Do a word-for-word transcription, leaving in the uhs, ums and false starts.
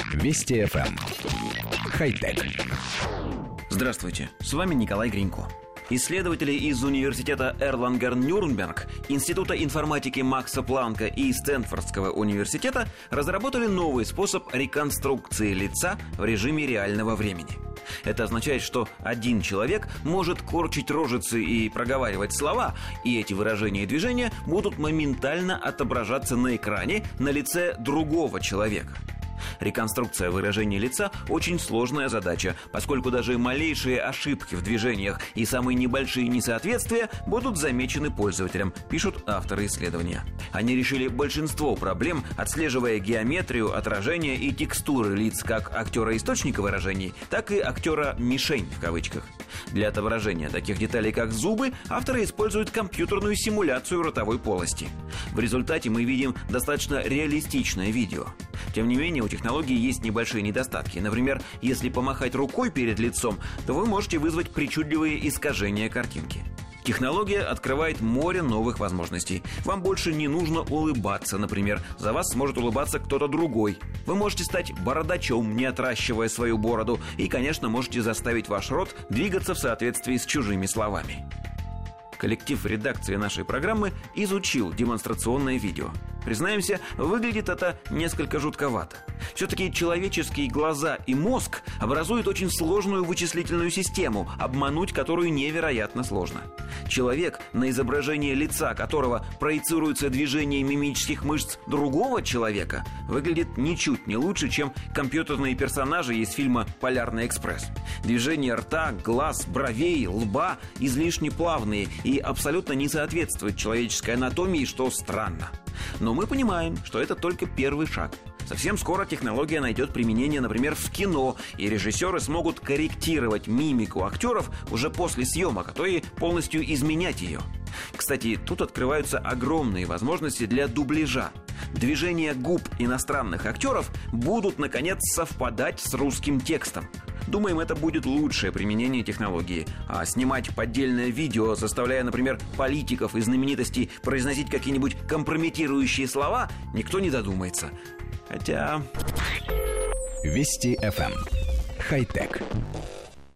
Вести эф эм. Хай-тек. Здравствуйте, с вами Николай Гринько. Исследователи из университета Эрлангер-Нюрнберг, Института информатики Макса Планка и Стэнфордского университета разработали новый способ реконструкции лица в режиме реального времени. Это означает, что один человек может корчить рожицы и проговаривать слова, и эти выражения и движения будут моментально отображаться на экране на лице другого человека. Реконструкция выражения лица – очень сложная задача, поскольку даже малейшие ошибки в движениях и самые небольшие несоответствия будут замечены пользователям, пишут авторы исследования. Они решили большинство проблем, отслеживая геометрию, отражение и текстуры лиц как актера-источника выражений, так и актера-мишень в кавычках. Для отображения таких деталей, как зубы, авторы используют компьютерную симуляцию ротовой полости. В результате мы видим достаточно реалистичное видео. Тем не менее, у технологии есть небольшие недостатки. Например, если помахать рукой перед лицом, то вы можете вызвать причудливые искажения картинки. Технология открывает море новых возможностей. Вам больше не нужно улыбаться, например. За вас сможет улыбаться кто-то другой. Вы можете стать бородачом, не отращивая свою бороду. И, конечно, можете заставить ваш рот двигаться в соответствии с чужими словами. Коллектив редакции нашей программы изучил демонстрационное видео. Признаемся, выглядит это несколько жутковато. Все-таки человеческие глаза и мозг образуют очень сложную вычислительную систему, обмануть которую невероятно сложно. Человек, на изображение лица которого проецируется движение мимических мышц другого человека, выглядит ничуть не лучше, чем компьютерные персонажи из фильма «Полярный экспресс». Движения рта, глаз, бровей, лба излишне плавные и абсолютно не соответствуют человеческой анатомии, что странно. Но мы понимаем, что это только первый шаг. Совсем скоро технология найдет применение, например, в кино, и режиссеры смогут корректировать мимику актеров уже после съемок, а то и полностью изменять ее. Кстати, тут открываются огромные возможности для дубляжа. Движения губ иностранных актеров будут, наконец, совпадать с русским текстом. Думаем, это будет лучшее применение технологии. А снимать поддельное видео, заставляя, например, политиков и знаменитостей произносить какие-нибудь компрометирующие слова, никто не додумается. Хотя... Вести эф эм. Хай-тек.